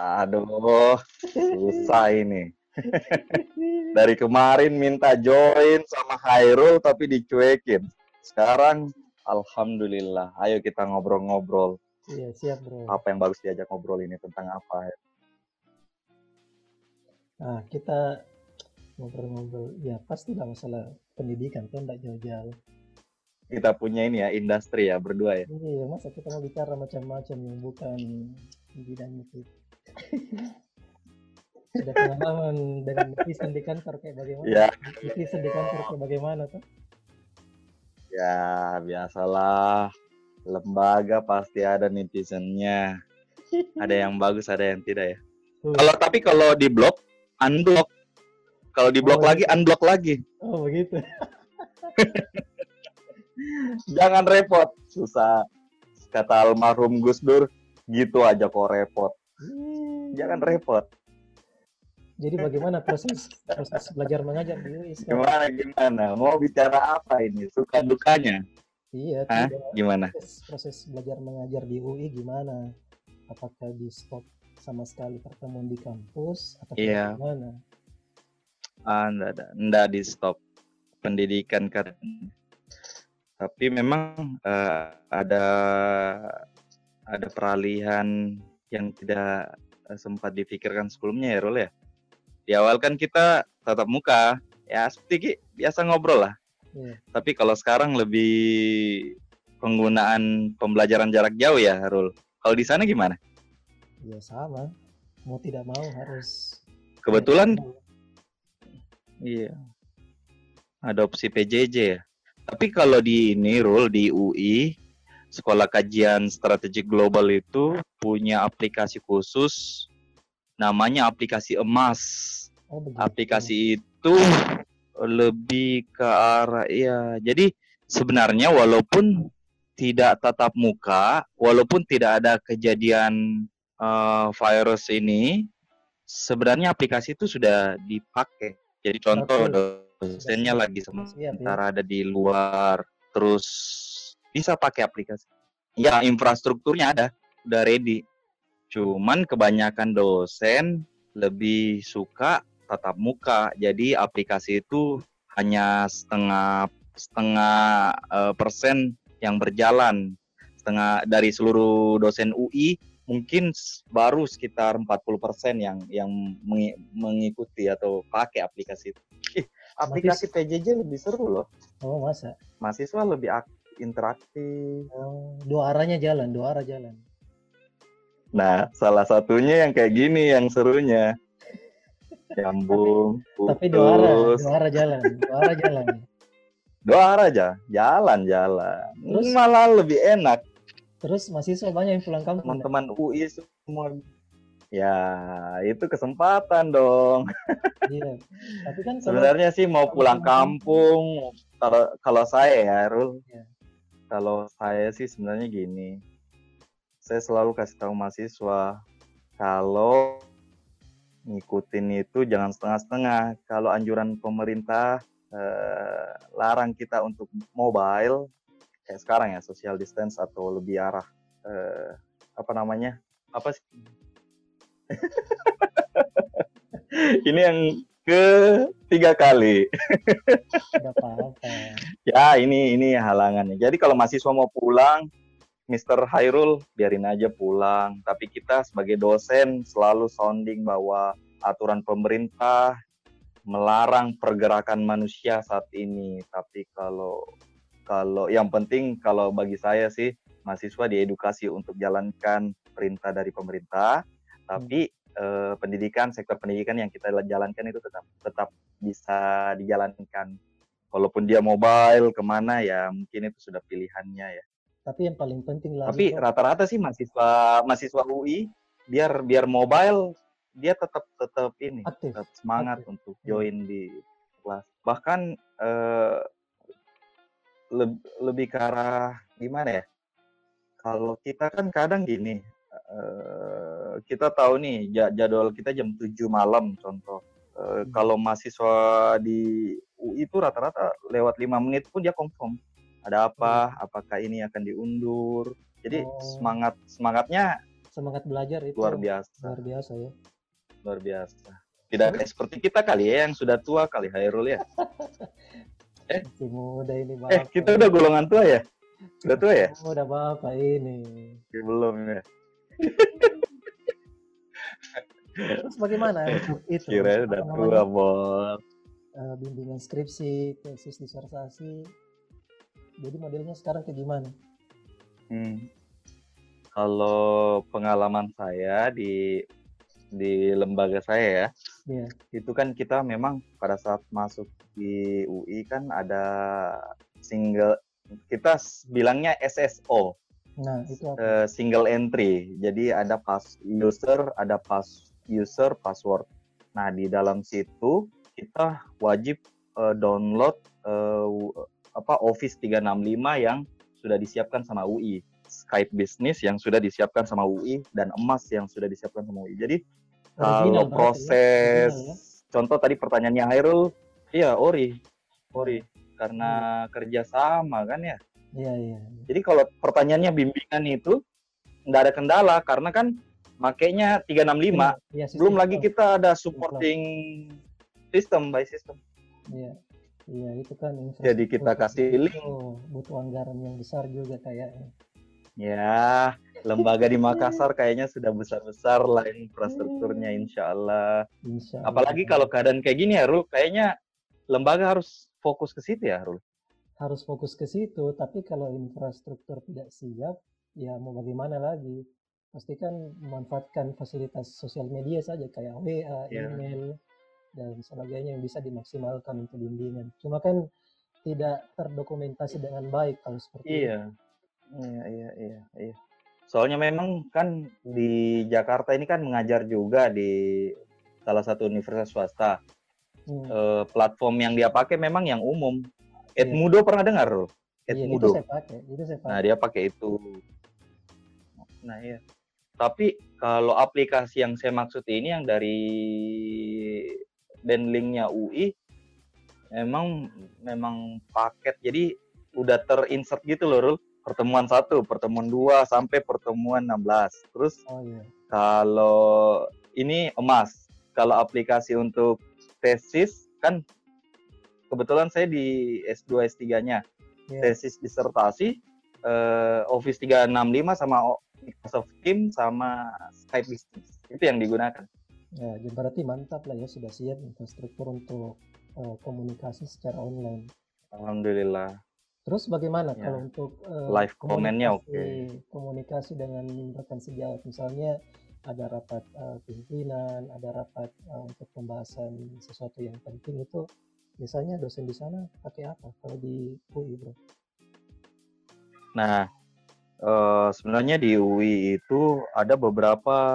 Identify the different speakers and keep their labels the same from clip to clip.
Speaker 1: Aduh, susah ini. Dari kemarin minta join sama Hairul tapi dicuekin. Sekarang alhamdulillah. Ayo kita ngobrol-ngobrol.
Speaker 2: Iya, siap bro.
Speaker 1: Apa yang bagus diajak ngobrol ini tentang apa ya?
Speaker 2: Nah, kita ngobrol-ngobrol. Ya, pasti lah masalah pendidikan tuh enggak jauh-jauh.
Speaker 1: Kita punya ini ya, industri ya berdua ya.
Speaker 2: Iya, masa kita mau bicara macam-macam yang bukan di bidang itu. Sudah pengalaman dengan netizen di kantor kayak bagaimana?
Speaker 1: Ya,
Speaker 2: Netizen di kantor kayak bagaimana tuh?
Speaker 1: ya biasalah. Lembaga pasti ada netizennya. Ada yang bagus, ada yang tidak ya. Tapi kalau di blok, unblock. Kalau di blok lagi, unblock lagi.
Speaker 2: Oh begitu.
Speaker 1: Jangan repot, susah. Kata almarhum Gus Dur, gitu aja kok repot. Jangan repot.
Speaker 2: Jadi bagaimana proses belajar mengajar di UI sekarang?
Speaker 1: Gimana? Mau bicara apa ini? Suka dukanya?
Speaker 2: Iya,
Speaker 1: Hah?
Speaker 2: tidak.
Speaker 1: Gimana?
Speaker 2: Proses belajar mengajar di UI gimana? Apakah di stop sama sekali pertemuan di kampus atau
Speaker 1: Iya.
Speaker 2: bagaimana?
Speaker 1: Enggak di stop pendidikan kan. Tapi memang ada peralihan yang tidak sempat dipikirkan sebelumnya ya, Rul ya. Di awal kan kita tatap muka, ya seperti biasa ngobrol lah.
Speaker 2: Iya.
Speaker 1: Tapi kalau sekarang lebih penggunaan pembelajaran jarak jauh ya, Rul. Kalau di sana gimana?
Speaker 2: Ya sama, mau tidak mau harus.
Speaker 1: Kebetulan, iya, adopsi PJJ ya. Tapi kalau di ini, Rul, di UI, Sekolah Kajian Strategik Global itu punya aplikasi khusus, namanya aplikasi emas.
Speaker 2: Oh,
Speaker 1: aplikasi itu lebih ke arah, ya, jadi sebenarnya walaupun tidak tatap muka, walaupun tidak ada kejadian virus ini, sebenarnya aplikasi itu sudah dipakai. Jadi contoh dosennya lagi sementara ada di luar, terus bisa pakai aplikasi. Ya, infrastrukturnya ada, udah ready. Cuman kebanyakan dosen lebih suka tatap muka. Jadi aplikasi itu hanya setengah persen yang berjalan. Setengah dari seluruh dosen UI mungkin baru sekitar 40% yang mengikuti atau pakai aplikasi itu. Aplikasi PJJ lebih seru loh.
Speaker 2: Oh, masa?
Speaker 1: Mahasiswa lebih interaktif.
Speaker 2: Oh, dua arah jalan.
Speaker 1: Nah, salah satunya yang kayak gini yang serunya. Nyambung, putus.
Speaker 2: Tapi dua arah jalan.
Speaker 1: Dua arah aja, jalan. Terus malah lebih enak.
Speaker 2: Terus mahasiswa banyak yang pulang kampung.
Speaker 1: Teman-teman UI semua. Ya, itu kesempatan dong.
Speaker 2: Iya. Tapi kan
Speaker 1: sebenarnya sih mau pulang kampung. Kalau saya ya, Rul. Ya. Kalau saya sih sebenarnya gini. Saya selalu kasih tahu mahasiswa, kalau ngikutin itu jangan setengah-setengah. Kalau anjuran pemerintah larang kita untuk mobile, kayak sekarang ya, social distance atau lebih arah apa sih? Ini yang ketiga kali.
Speaker 2: Tidak apa-apa.
Speaker 1: Ya, ini halangannya. Jadi kalau mahasiswa mau pulang, Mr. Hairul biarin aja pulang. Tapi kita sebagai dosen selalu sounding bahwa aturan pemerintah melarang pergerakan manusia saat ini. Tapi kalau yang penting kalau bagi saya sih, mahasiswa diedukasi untuk jalankan perintah dari pemerintah. Tapi sektor pendidikan yang kita jalankan itu tetap bisa dijalankan. Walaupun dia mobile kemana ya, mungkin itu sudah pilihannya ya.
Speaker 2: Tapi yang paling penting lagi.
Speaker 1: Tapi rata-rata sih mahasiswa UI biar mobile dia tetap ini tetap semangat untuk join di kelas. Bahkan lebih ke arah gimana ya? Kalau kita kan kadang gini, kita tahu nih jadwal kita jam 7 malam contoh. Kalau mahasiswa di UI itu rata-rata lewat 5 menit pun dia confirm. Ada apa? Apakah ini akan diundur? Jadi semangatnya
Speaker 2: semangat belajar itu
Speaker 1: luar biasa,
Speaker 2: luar biasa ya.
Speaker 1: luar biasa. Tidak kayak seperti kita kali ya yang sudah tua kali Hairul ya.
Speaker 2: Masih muda ini bapak.
Speaker 1: Kita udah golongan tua ya? Udah tua ya?
Speaker 2: Udah bapak ini.
Speaker 1: Belum ya.
Speaker 2: Terus bagaimana untuk itu?
Speaker 1: Kira udah tua, Bol.
Speaker 2: Bimbingan skripsi, tesis disertasi. Jadi modelnya sekarang kayak gimana?
Speaker 1: Kalau pengalaman saya di lembaga saya ya, itu kan kita memang pada saat masuk di UI kan ada kita bilangnya SSO.
Speaker 2: Nah, itu apa?
Speaker 1: Single entry. Jadi ada user, password. Nah, di dalam situ kita wajib download Office 365 yang sudah disiapkan sama UI, Skype Business yang sudah disiapkan sama UI, dan Emas yang sudah disiapkan sama UI. Jadi kalau proses, contoh tadi pertanyaannya Hairul, iya ori, karena kerjasama kan ya.
Speaker 2: Iya.
Speaker 1: Jadi kalau pertanyaannya bimbingan itu nggak ada kendala karena kan makainya 365. Ya, belum lagi kita ada supporting system by system.
Speaker 2: Iya itu kan.
Speaker 1: Jadi kita kasih link.
Speaker 2: Butuh anggaran yang besar juga kayaknya.
Speaker 1: Ya, lembaga di Makassar kayaknya sudah besar-besar lah infrastrukturnya, insya Allah. Apalagi kalau keadaan kayak gini ya, Rul, kayaknya lembaga harus fokus ke situ ya, Rul.
Speaker 2: Harus fokus ke situ, tapi kalau infrastruktur tidak siap, ya mau bagaimana lagi? Pastikan memanfaatkan fasilitas sosial media saja kayak WA, email, dan sebagainya yang bisa dimaksimalkan untuk bimbingan. Cuma kan tidak terdokumentasi dengan baik kalau seperti itu.
Speaker 1: Iya. Soalnya memang kan di Jakarta ini kan mengajar juga di salah satu universitas swasta. Platform yang dia pakai memang yang umum. Edmudo pernah dengar loh? Edmudo.
Speaker 2: Itu saya pakai.
Speaker 1: Nah, dia pakai itu. Nah, iya. Tapi kalau aplikasi yang saya maksud ini yang dari downlinknya UI memang paket. Jadi udah terinsert gitu loh, Rul. Pertemuan 1, pertemuan 2 sampai pertemuan 16. Terus kalau ini Emas. Kalau aplikasi untuk tesis kan kebetulan saya di S2 S3-nya. Tesis disertasi Office 365 sama Microsoft Teams sama Skype Business. Itu yang digunakan.
Speaker 2: Ya, berarti mantap lah ya, sudah siap infrastruktur untuk komunikasi secara online.
Speaker 1: Alhamdulillah.
Speaker 2: Terus bagaimana kalau untuk
Speaker 1: live comment-nya
Speaker 2: komunikasi dengan rekan sejawat, misalnya ada rapat pimpinan, ada rapat untuk pembahasan sesuatu yang penting, itu biasanya dosen di sana pakai apa kalau di UI, bro?
Speaker 1: Nah, sebenarnya di UI itu ada beberapa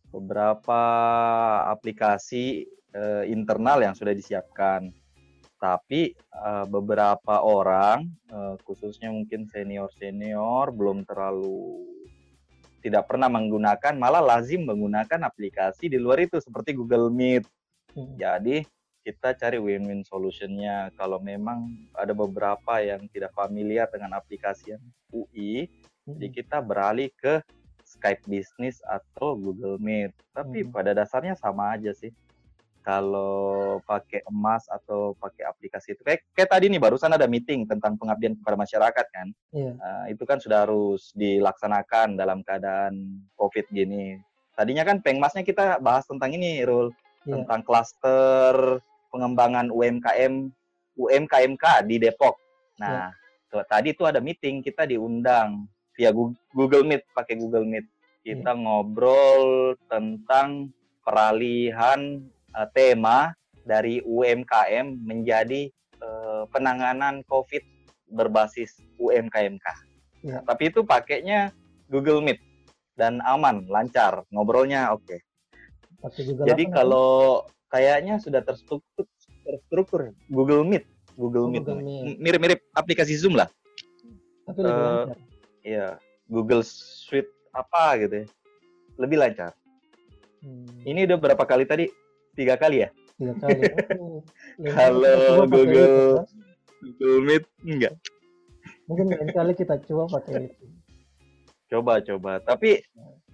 Speaker 1: aplikasi internal yang sudah disiapkan. Tapi beberapa orang, khususnya mungkin senior belum terlalu tidak pernah menggunakan, malah lazim menggunakan aplikasi di luar itu seperti Google Meet. Jadi kita cari win-win solution-nya. Kalau memang ada beberapa yang tidak familiar dengan aplikasi yang UI, jadi kita beralih ke Skype Business atau Google Meet. Tapi pada dasarnya sama aja sih. Kalau pakai Emas atau pakai aplikasi itu, kayak tadi nih barusan ada meeting tentang pengabdian kepada masyarakat kan. Itu kan sudah harus dilaksanakan dalam keadaan COVID gini. Tadinya kan Pengmasnya kita bahas tentang ini, Rul. Tentang klaster pengembangan UMKMK di Depok. Nah, tadi itu ada meeting, kita diundang via Google Meet, pakai Google Meet. Kita ngobrol tentang peralihan tema dari UMKM menjadi penanganan COVID berbasis UMKMK. Nah, tapi itu pakainya Google Meet dan aman, lancar, ngobrolnya oke. Jadi kalau kayaknya sudah terstruktur Google Meet. Mirip-mirip aplikasi Zoom lah.
Speaker 2: Tapi lebih lancar.
Speaker 1: Iya, Google Suite apa gitu ya. Lebih lancar. Ini udah berapa kali tadi? 3 kali ya?
Speaker 2: 3 kali.
Speaker 1: Kalau Google Meet enggak.
Speaker 2: Mungkin lain kali kita coba pakai itu.
Speaker 1: Coba. Tapi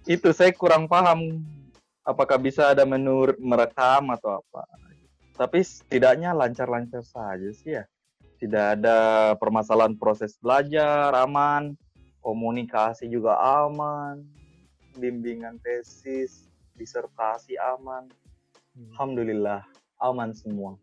Speaker 1: Itu saya kurang paham apakah bisa ada menu merekam atau apa. Tapi setidaknya lancar-lancar saja sih ya. Tidak ada permasalahan proses belajar, aman. Komunikasi juga aman. Bimbingan tesis, disertasi aman. Alhamdulillah, aman semua.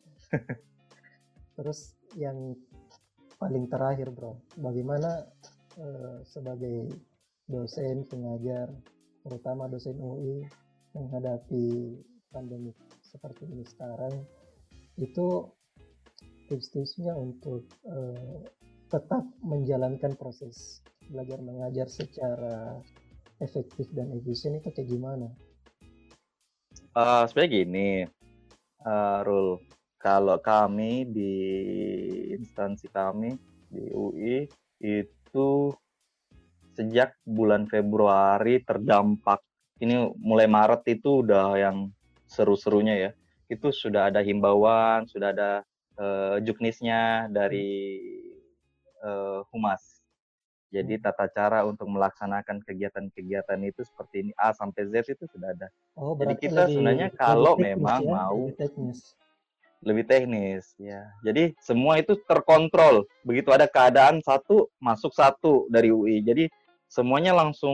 Speaker 2: Terus yang paling terakhir bro, bagaimana sebagai dosen, pengajar, terutama dosen UI menghadapi pandemi seperti ini sekarang, itu tips-tipsnya untuk tetap menjalankan proses belajar mengajar secara efektif dan efisien itu kayak gimana?
Speaker 1: Sebenarnya gini, Rul, kalau kami di instansi kami di UI itu sejak bulan Februari terdampak. Ini mulai Maret itu udah yang seru-serunya ya. Itu sudah ada himbauan, sudah ada juknisnya dari Humas. Jadi tata cara untuk melaksanakan kegiatan-kegiatan itu seperti ini A sampai Z itu sudah ada.
Speaker 2: Oh,
Speaker 1: Jadi
Speaker 2: berarti
Speaker 1: kita sebenarnya
Speaker 2: lebih
Speaker 1: kalau
Speaker 2: teknis
Speaker 1: memang
Speaker 2: ya,
Speaker 1: mau
Speaker 2: lebih teknis.
Speaker 1: lebih teknis ya. Jadi semua itu terkontrol. Begitu ada keadaan satu masuk satu dari UI. Jadi semuanya langsung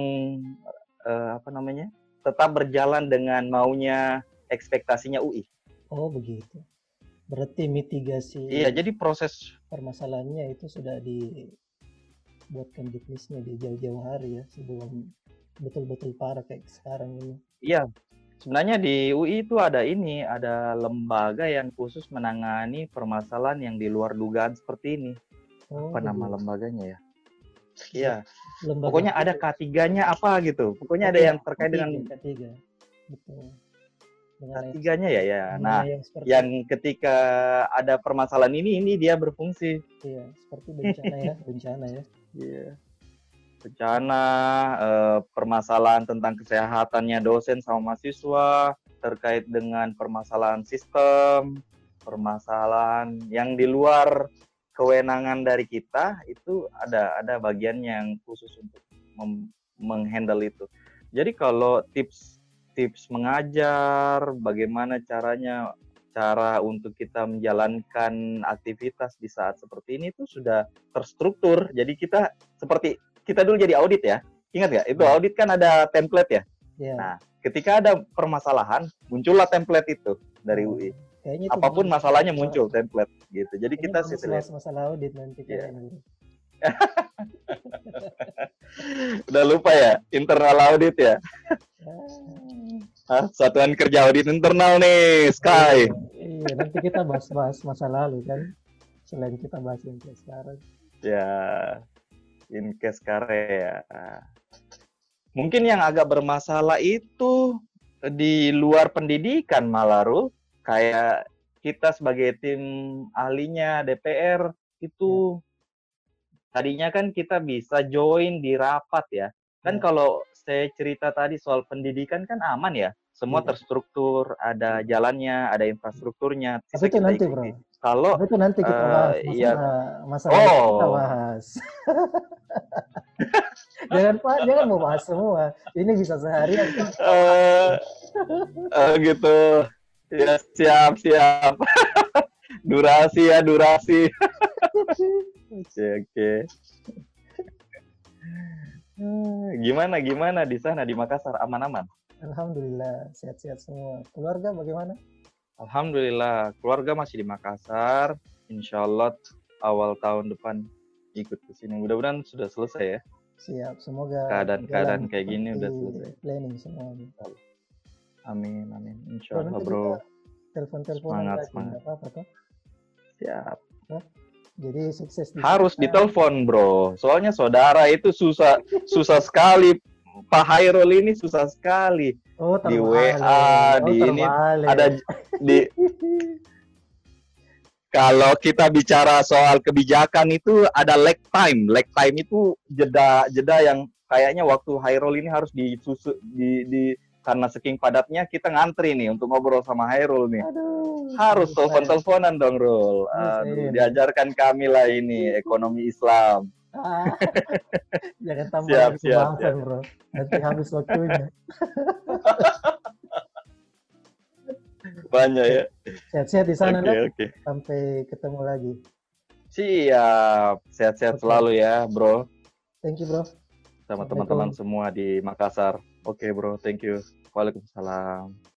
Speaker 1: tetap berjalan dengan maunya ekspektasinya UI.
Speaker 2: Oh begitu. Berarti mitigasi
Speaker 1: Iya, jadi proses
Speaker 2: permasalahannya itu sudah dibuatkan juknisnya di jauh-jauh hari ya sebelum betul-betul parah kayak sekarang ini.
Speaker 1: iya. Sebenarnya di UI itu ada lembaga yang khusus menangani permasalahan yang di luar dugaan seperti ini.
Speaker 2: Oh
Speaker 1: Apa nama
Speaker 2: begitu.
Speaker 1: lembaganya ya? Iya.
Speaker 2: Lembaga
Speaker 1: Pokoknya ada K3-nya apa gitu. Pokoknya ada
Speaker 2: iya,
Speaker 1: yang terkait dengan
Speaker 2: ketiga. Betul.
Speaker 1: K3-nya ya. Nah,
Speaker 2: Yang seperti
Speaker 1: yang ketika ada permasalahan ini dia berfungsi.
Speaker 2: iya, seperti bencana ya, bencana ya.
Speaker 1: Iya. Bencana, permasalahan tentang kesehatannya dosen sama mahasiswa, terkait dengan permasalahan sistem, permasalahan yang di luar kewenangan dari kita, itu ada bagian yang khusus untuk menghandle itu. Jadi kalau tips mengajar, bagaimana cara untuk kita menjalankan aktivitas di saat seperti ini itu sudah terstruktur. Jadi kita dulu jadi audit ya. Ingat nggak? Itu audit kan ada template ya.
Speaker 2: Yeah.
Speaker 1: Nah, ketika ada permasalahan, muncullah template itu dari UI. Apapun masalahnya muncul template gitu. Jadi kita
Speaker 2: masalah audit nanti kayaknya.
Speaker 1: Udah lupa ya, internal audit ya. Satuan kerja audit internal nih, Sky.
Speaker 2: Iya, nanti kita bahas masa lalu kan. Selain kita bahas yang sekarang.
Speaker 1: Ya, Inkes Karya. Mungkin yang agak bermasalah itu di luar pendidikan malah, Rul. Kayak kita sebagai tim ahlinya DPR itu tadinya kan kita bisa join di rapat ya. Kan kalau saya cerita tadi soal pendidikan kan aman ya. Semua terstruktur, ada jalannya, ada infrastrukturnya.
Speaker 2: Tapi itu nanti, bro.
Speaker 1: Kalau
Speaker 2: itu nanti kita bahas masalah kita bahas. jangan mau bahas semua. Ini bisa seharian.
Speaker 1: Gitu. Ya, siap. durasi. Oke. Gimana di sana di Makassar, aman-aman?
Speaker 2: Alhamdulillah, sehat-sehat semua. Keluarga bagaimana?
Speaker 1: Alhamdulillah, keluarga masih di Makassar. Insya Allah awal tahun depan ikut ke sini. Mudah-mudahan sudah selesai ya.
Speaker 2: Siap, semoga
Speaker 1: keadaan kayak gini udah selesai.
Speaker 2: Planning semuanya.
Speaker 1: Amin. Insya Allah, bro.
Speaker 2: Telepon-teleponan
Speaker 1: semangat.
Speaker 2: Apa-apa toh?
Speaker 1: Siap.
Speaker 2: Jadi sukses.
Speaker 1: Harus ditelepon, bro. Soalnya saudara itu susah sekali. Pak Hairul ini susah sekali. Di WA, ini ada di. Kalau kita bicara soal kebijakan itu ada lag time. Lag time itu jeda yang kayaknya waktu Hairul ini harus karena saking padatnya kita ngantri nih untuk ngobrol sama Hairul nih. Harus telepon-teleponan dong, Rul. Diajarkan kami lah ini ekonomi Islam.
Speaker 2: Ah, jangan tambah
Speaker 1: Siap,
Speaker 2: lagi
Speaker 1: siap,
Speaker 2: pembahasan,
Speaker 1: siap.
Speaker 2: bro. Nanti habis waktunya.
Speaker 1: Banyak
Speaker 2: Ya,
Speaker 1: ya.
Speaker 2: sehat-sehat di sana,
Speaker 1: Oke,
Speaker 2: lah.
Speaker 1: oke.
Speaker 2: Sampai ketemu lagi.
Speaker 1: Siap. Sehat-sehat
Speaker 2: Oke,
Speaker 1: selalu ya, bro.
Speaker 2: thank you, bro.
Speaker 1: Sama teman-teman
Speaker 2: Assalamualaikum.
Speaker 1: semua di Makassar. Oke, bro. Thank you. Waalaikumsalam.